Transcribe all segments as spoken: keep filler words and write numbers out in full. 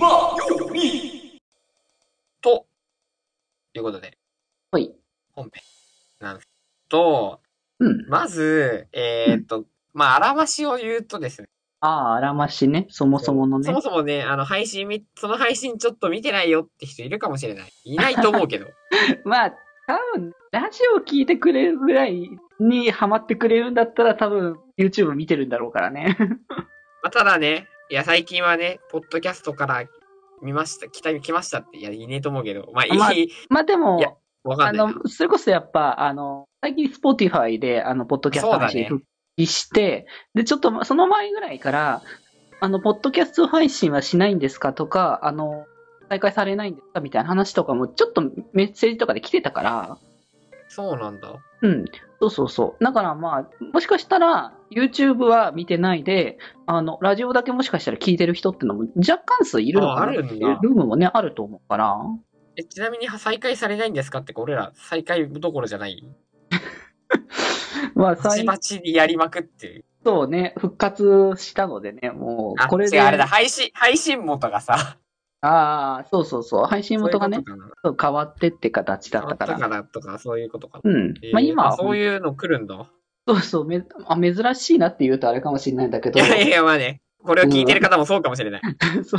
今よりということで、 はい。 本編なんですと、 うん。 まず、えー、っと、うん、まあ、あらましを言うとですね。 ああ、あらましね。そもそものね。 そもそもね、あの、配信み、その配信ちょっと見てないよって人いるかもしれない。いないと思うけど。 まあ、多分、ラジオ聞いてくれるぐらいにハマってくれるんだったら多分 YouTube 見てるんだろうからね。 まあ、ただね、いや、最近はね、ポッドキャストから見ました、来た、来ましたって、いや、いねえと思うけど、まあ、いい、 まあ、まあでいや、 も、あの、 わかんないな。 それこそやっぱ、あの、最近 Spotify で、あの、ポッドキャストそうだね。 配信復帰して、で、ちょっと、その前ぐらいから、あの、ポッドキャスト配信はしないんですかとか、あの、再開されないんですかみたいな話とかも、ちょっとメッセージとかで来てたから、 そうなんだ。 うん。そうそうそう。だからまあ、もしかしたら、YouTube は見てないで、あの、ラジオだけもしかしたら聞いてる人ってのも若干数いるのあ、あかなっるんだ。 ていう部分もね、あると思うから。 え、ちなみに再開されないんですかって、俺ら再開どころじゃない。 まあ、 バチ最、 バチにやりまくってる。 そうね、復活したのでね、もう、 あ、 これ違う、あれだ、 で、 配信、配信元がさ、 ああ、そうそうそう、配信そういう元がね、 ことかな。 そう変わってって形だったから。 変わったからとか、そういうことかな。 うん。まあえー、あ、 今はほん、 そういうの来るんだ。 そうそう、め、あ、珍しいなって言うとあれかもしれないんだけど、 いやいや、まあね、これを聞いてるうん。 方もそうかもしれない。 そう。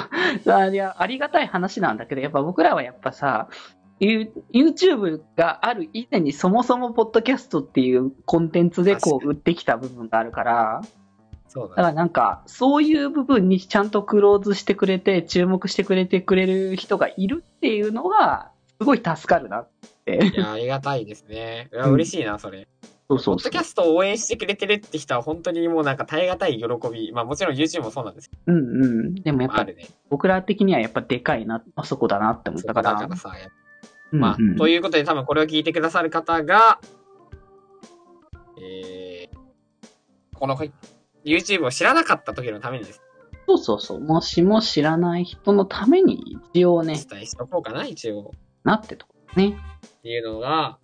あいや、ありがたい話なんだけど、やっぱ僕らはやっぱさ、ユ YouTube がある以前にそもそもポッドキャストっていうコンテンツでこう売確かに。 ってきた部分があるから、 そうだね。 だからなんか、そういう部分にちゃんとクローズしてくれて、注目してくれてくれる人がいるっていうのが、すごい助かるなって。 いや、ありがたいですね。いや、 うん。 嬉しいな、それ。 そうそポッドキャうそストを応援してくれてるって人は本当にもうなんか耐え難い喜び。まあもちろん YouTube もそうなんですけう。うんうん。でもやっど、あぱ、 るね。 僕ら的にはやっぱでかいな、あそこだなって思っそこたから。 だからさ、やっぱうんうまあ、とん。 いうことで多分これを聞いてくださる方が、えー、この YouTube を知らなかった時のためにです。 そうそうそう。もしも知らない人のために一応ね、 伝えしとこうかな、一応。 なってとこね。 っていうのが、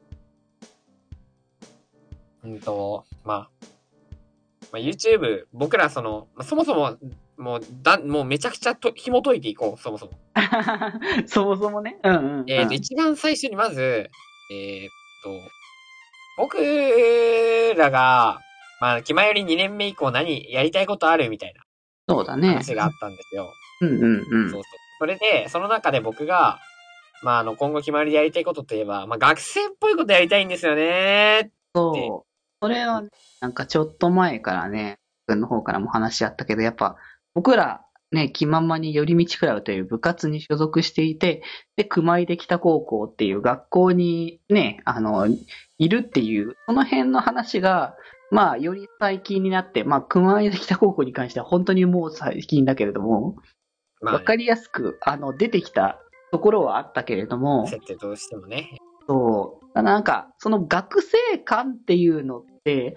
うんと、まあ、まあ、YouTube、僕らその、まあ、そもそも、もう、だ、もうめちゃくちゃと紐解いていこう、そもそも。 そもそもね。うんうんえっと、 うん。 一番最初にまず、えーっと、僕らが、まあ、気前よりにねんめ以降何やりたいことあるみたいなそうだね。 話があったんですよ。 うんうんうん。 そうそう。それで、その中で僕が、まあ、あの、今後決まりでやりたいことといえば、まあ、学生っぽいことやりたいんですよねって。 そう。それはね、なんかちょっと前からね、僕の方からも話し合ったけど、やっぱ僕らね、気ままに寄り道クラブという部活に所属していて、で、熊井で北高校っていう学校にね、あの、いるっていう、その辺の話が、まあ、より最近になって、まあ、熊井で北高校に関しては本当にもう最近だけれども、 まあね、 わかりやすく、あの、出てきたところはあったけれども、 設定としてもね。 そう。なんか、その学生感っていうのって、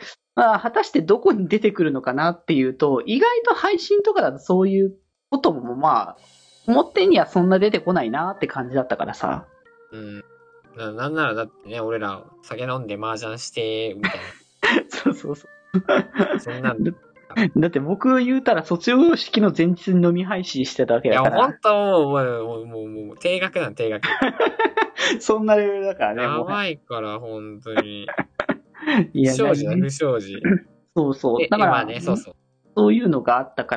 まあ、果たしてどこに出てくるのかなっていうと、意外と配信とかだとそういうこともまあ、表にはそんな出てこないなって感じだったからさ。 うん。な、なんならだってね、俺ら酒飲んで麻雀して、みたいな。 そうそうそう。 そんなんだだって僕言うたら卒業式の前日に飲み配信してたわけいや、 だから、 ほんともう、もう、もう、もう、もう低額なん、低額。 そんなレベルだからね、 やもばいから、ほんとに。 う。い不や、 祥事だ、不何ね。 祥事。 そうそう。 で、 だから、 今ね、そうそう。 そういうのがあったから、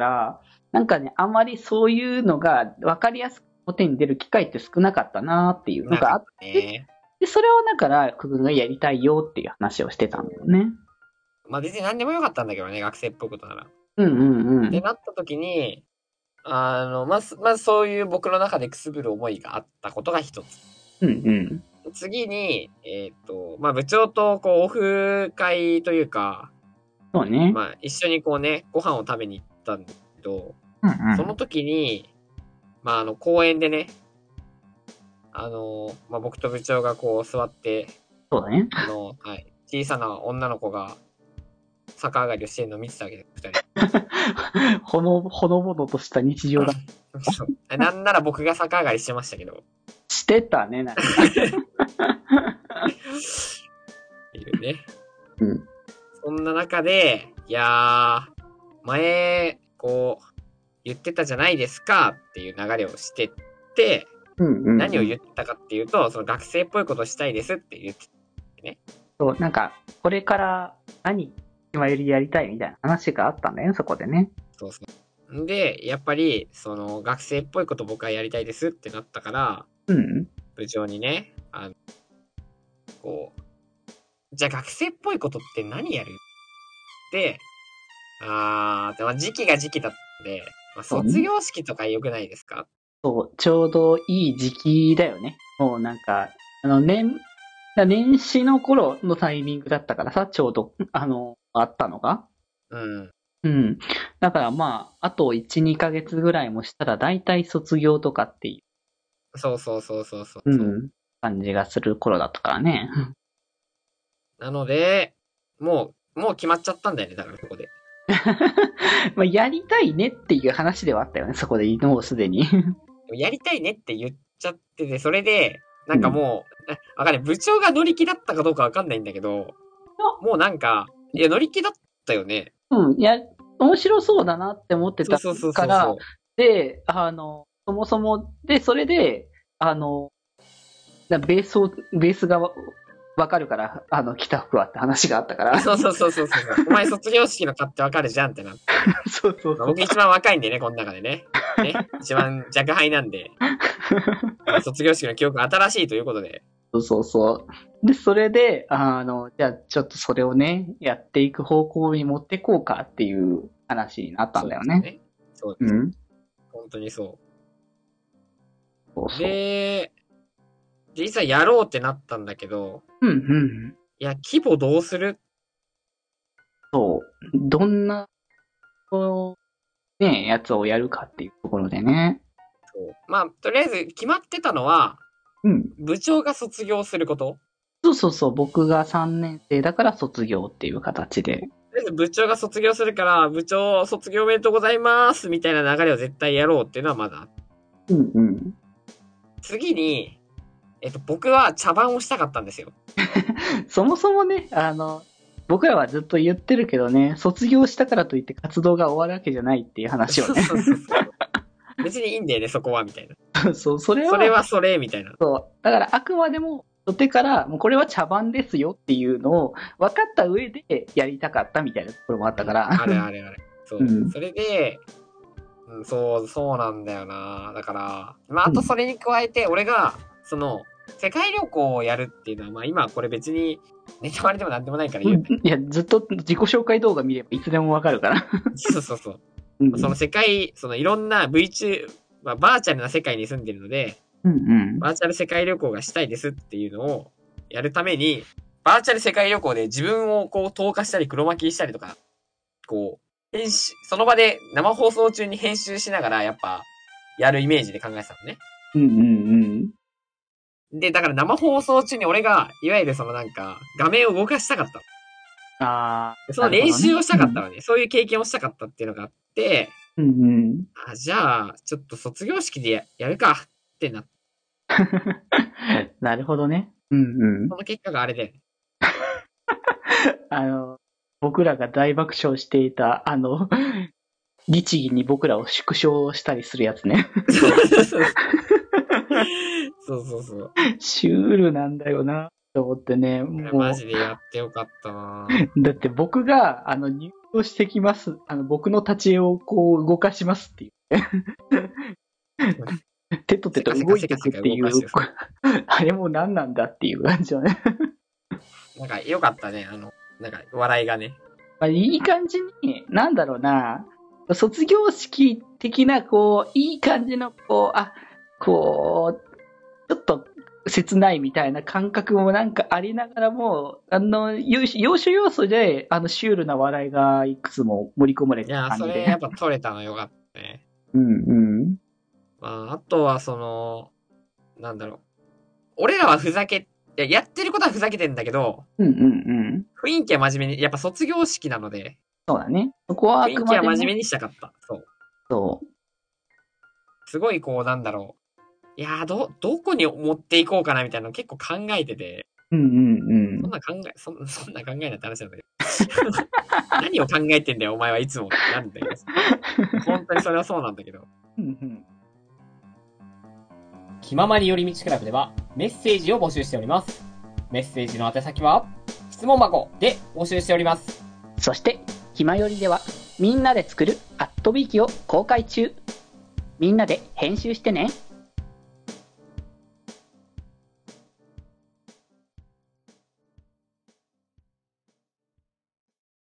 なんかね、あまりそういうのが分かりやすく表に出る機会って少なかったなっていうのがあっなかったて、 ね。 で、それをだから、くぐんがやりたいよっていう話をしてたんだよね。 まあ別に何でもよかったんだけどね、学生っぽいことなら。っうんうんうん。 てなった時に、あの、まず、まずそういう僕の中でくすぶる思いがあったことが一つ。 うんうん。 次に、えっと、まあ部長とこうオフ会というか、 そうね。 まあ一緒にこうね、ご飯を食べに行ったんだけど、 うんうそのん。 時に、まああの公園でね、あの、まあ僕と部長がこう座って、 そうだね。 あの、はい、小さな女の子が逆上がりをしてるのを見てたわけで、二人。 ほの、ほのぼのとした日常だ。 そうなんなら僕が逆上がりしてましたけど。 してたね、なんか。 いるね。 うん。 そんな中で、いやー、前、こう、 言ってたじゃないですかっていう流れをしてって、 うんうんうん、 何を言ったかっていうと、その学生っぽいことしたいですって言ってね。 そう、なんか、これから何、今よりやりたいみたいな話があったんだよね、そこでね。 そうそう。で、やっぱり、その、学生っぽいこと僕はやりたいですってなったから、 うん。 部長にね、あの、こう、じゃあ学生っぽいことって何やるって、あー、でも時期が時期だったんで、まあ、卒業式とか良くないですか？ そう、ちょうどいい時期だよね。もうなんか、あの、年、年始の頃のタイミングだったからさ、ちょうど、あの、あったのが。 うん。 うん。だからまあ、あといち、にかげつぐらいもしたら、だいたい卒業とかっていそうそうそうそうそう。 う、うん、感じがする頃だったからね。 なので、もう、もう決まっちゃったんだよね、だからそこで。 まあ、やりたいねっていう話ではあったよね、そこで、もうすでに。 やりたいねって言っちゃってて、それで、なんかもう、うん、わかんない。部長が乗り気だったかどうかわかんないんだけど、もうなんか、いや、乗り気だったよね。 うん、いや、面白そうだなって思ってたそうそうそから、 うそう。 で、あの、そもそも、で、それで、あの、ベースを、ベースがわわかるから、あの、着た服はって話があったから。 そうそうそうそうそう。お前卒業式の買ってわかるじゃんってなって。 そうそうそう。 僕一番若いんでね、この中でね。ね。一番若輩なんで。卒業式の記憶が新しいということで。 そうそうそう。で、それで、あの、じゃあちょっとそれをね、やっていく方向に持ってこうかっていう話になったんだよね。 そうですね。そうです。 うん。 本当にそう。 そうそう。 で、実際やろうってなったんだけど、 うんうん。 いや、規模どうする？ そう。どんな、こう、ね、やつをやるかっていうところでね。 そう。まあ、とりあえず決まってたのは、 うん。 部長が卒業すること。 そうそうそう。僕がさんねん生だから卒業っていう形で。 とりあえず部長が卒業するから、部長卒業おめでとうございますみたいな流れを絶対やろうっていうのはまだ。 うんうん。 次に、えっと、僕は茶番をしたかったんですよ。 そもそもね、あの、僕らはずっと言ってるけどね、卒業したからといって活動が終わるわけじゃないっていう話をね。 そうそうそうそう。別にいいんだよね、そこは、みたいな。 そう、それは、 それはそれ、みたいな。 そう。だからあくまでも、初手から、もうこれは茶番ですよっていうのを分かった上でやりたかったみたいなところもあったから。 あれあれあれ。そう。 うん、 それで、うん、そう、そうなんだよな。だから、まあ、あとそれに加えて、俺が、その、世界旅行をやるっていうのは、まあ今これ別に、ネタバレでもなんでもないから言う。 いや、ずっと自己紹介動画見ればいつでも分かるから。 そうそうそう。 うん、 その世界、そのいろんな ブイチュー、まあ、バーチャルな世界に住んでるので、 うんうん、 バーチャル世界旅行がしたいですっていうのをやるために、バーチャル世界旅行で自分をこう投下したり黒巻きしたりとか、こう、編集、その場で生放送中に編集しながらやっぱ、やるイメージで考えてたのね。 うんうんうん。で、だから生放送中に俺が、いわゆるそのなんか、画面を動かしたかったの。 ああ、 その練習をしたかったのね。うん、そういう経験をしたかったっていうのがあって、 うんうん、 あ、じゃあ、ちょっと卒業式で や, やるかってなって。 なるほどね。うんうん。 その結果があれで。 あの、僕らが大爆笑していた、あの、律儀に僕らを縮小したりするやつね。 そうそうそう。 シュールなんだよな、と思ってね。もうマジでやってよかったな。 だって僕が、あの、入場してきます。あの、僕の立ち絵をこう動かしますっていう。手と手と動いていくっていう、あれも何なんだっていう感じはね。 なんか良かったね、あの、なんか笑いがね。 まあ、いい感じに、なんだろうな、卒業式的な、こう、いい感じの、こう、あ、こう、ちょっと切ないみたいな感覚もなんかありながらも、あの、要所要所で、あの、シュールな笑いがいくつも盛り込まれてた感じで。いや、それやっぱ撮れたのよかったね。 うんうん。 まあ、あとはその、なんだろう。俺らはふざけ、や、やってることはふざけてんだけど、 うんうんうん。 雰囲気は真面目に、やっぱ卒業式なので、 そうだね。そこはあ雰囲くまでも気は真面目にしたかった。そう。 そう。 すごいこう、なんだろう。いやー、ど、どこに持っていこうかなみたいなの結構考えてて。 うんうんうん。 そんな考え、そんな、そんな考えなって話なんだけど。 何を考えてんだよ、お前はいつも。なんだよ。本当にそれはそうなんだけど。 気ままに寄り道クラブではメッセージを募集しております。メッセージの宛先は質問箱で募集しております。 そしてひまよりではみんなで作るアットビーキを公開中。みんなで編集してね。